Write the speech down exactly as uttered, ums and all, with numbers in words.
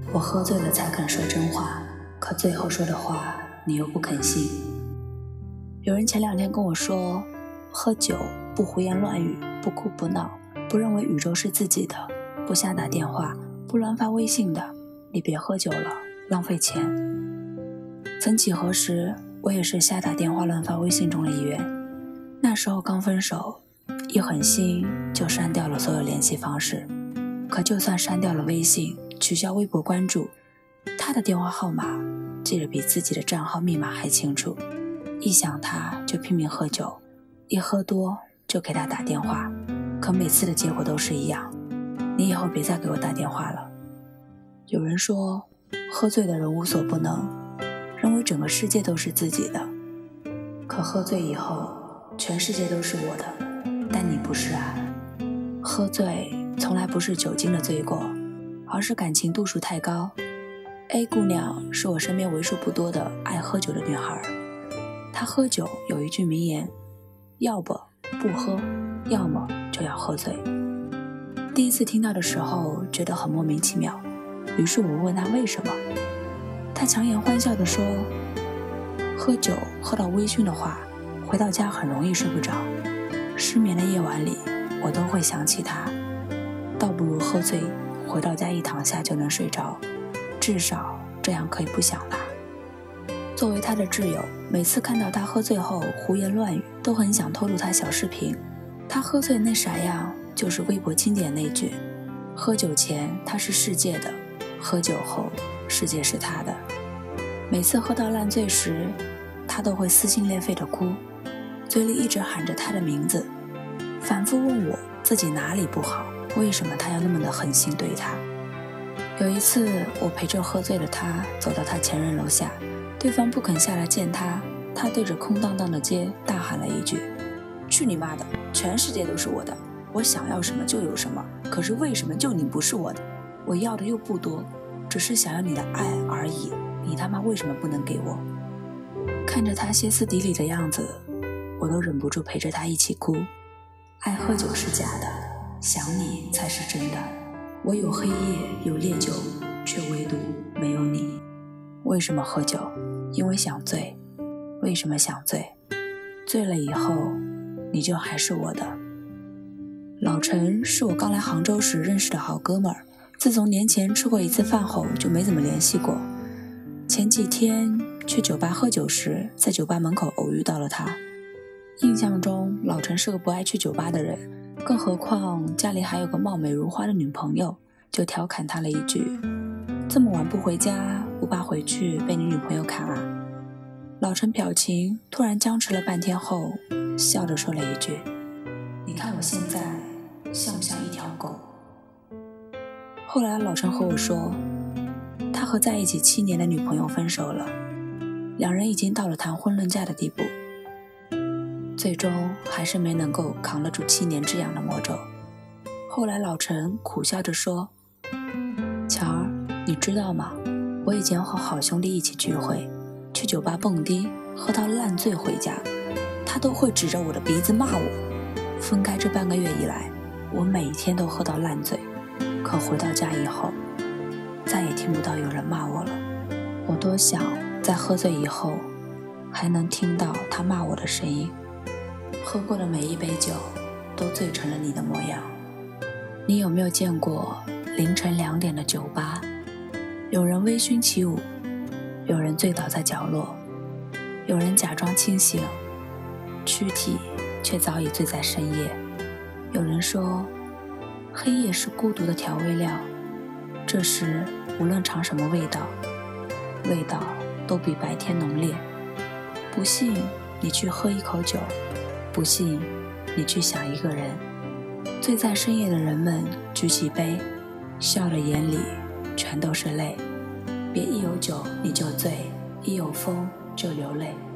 我喝醉了才肯说真话，可最后说的话你又不肯信。有人前两天跟我说，喝酒不胡言乱语，不哭不闹，不认为宇宙是自己的，不瞎打电话，不乱发微信的，你别喝酒了，浪费钱。曾几何时，我也是瞎打电话乱发微信中的一员。那时候刚分手，一狠心就删掉了所有联系方式。可就算删掉了微信，取消微博关注，他的电话号码记得比自己的账号密码还清楚。一想他就拼命喝酒，一喝多就给他打电话，可每次的结果都是一样，你以后别再给我打电话了。有人说，喝醉的人无所不能，认为整个世界都是自己的。可喝醉以后，全世界都是我的，但你不是啊。喝醉从来不是酒精的罪过，而是感情度数太高。A 姑娘是我身边为数不多的爱喝酒的女孩，她喝酒有一句名言，要不不喝，要么就要喝醉。第一次听到的时候觉得很莫名其妙，于是我问她为什么。她强颜欢笑地说，喝酒喝到微醺的话，回到家很容易睡不着，失眠的夜晚里我都会想起他，倒不如喝醉，回到家一躺下就能睡着，至少这样可以不想他。作为他的挚友，每次看到他喝醉后胡言乱语，都很想偷录他小视频。他喝醉那傻样，就是微博经典那句，喝酒前他是世界的，喝酒后世界是他的。每次喝到烂醉时，他都会撕心裂肺地哭，嘴里一直喊着他的名字，反复问我自己哪里不好，为什么他要那么的狠心对他。有一次我陪着喝醉的他走到他前任楼下，对方不肯下来见他，他对着空荡荡的街大喊了一句，去你妈的，全世界都是我的，我想要什么就有什么，可是为什么就你不是我的？我要的又不多，只是想要你的爱而已，你他妈为什么不能给我？看着他歇斯底里的样子，我都忍不住陪着他一起哭。爱喝酒是假的，想你才是真的。我有黑夜，有烈酒，却唯独没有你。为什么喝酒？因为想醉。为什么想醉？醉了以后，你就还是我的。老陈是我刚来杭州时认识的好哥们儿，自从年前吃过一次饭后就没怎么联系过。前几天去酒吧喝酒时，在酒吧门口偶遇到了他。印象中老陈是个不爱去酒吧的人，更何况家里还有个貌美如花的女朋友，就调侃他了一句，这么晚不回家，不怕回去被你女朋友砍啊？老陈表情突然僵持了半天后，笑着说了一句，你看我现在像不像一条狗？后来老陈和我说，他和在一起七年的女朋友分手了，两人已经到了谈婚论嫁的地步，最终还是没能够扛得住七年之痒的魔咒。后来老陈苦笑着说，乔儿，你知道吗？我以前和好兄弟一起聚会，去酒吧蹦迪，喝到烂醉回家，他都会指着我的鼻子骂我。分开这半个月以来，我每天都喝到烂醉，可回到家以后，再也听不到有人骂我了。我多想在喝醉以后，还能听到他骂我的声音。喝过的每一杯酒，都醉成了你的模样。你有没有见过凌晨两点的酒吧？有人微醺起舞，有人醉倒在角落，有人假装清醒，躯体却早已醉在深夜。有人说，黑夜是孤独的调味料，这时无论尝什么味道，味道都比白天浓烈。不信你去喝一口酒，不信你去想一个人。醉在深夜的人们举起杯，笑的眼里全都是泪。别一有酒你就醉，一有风就流泪。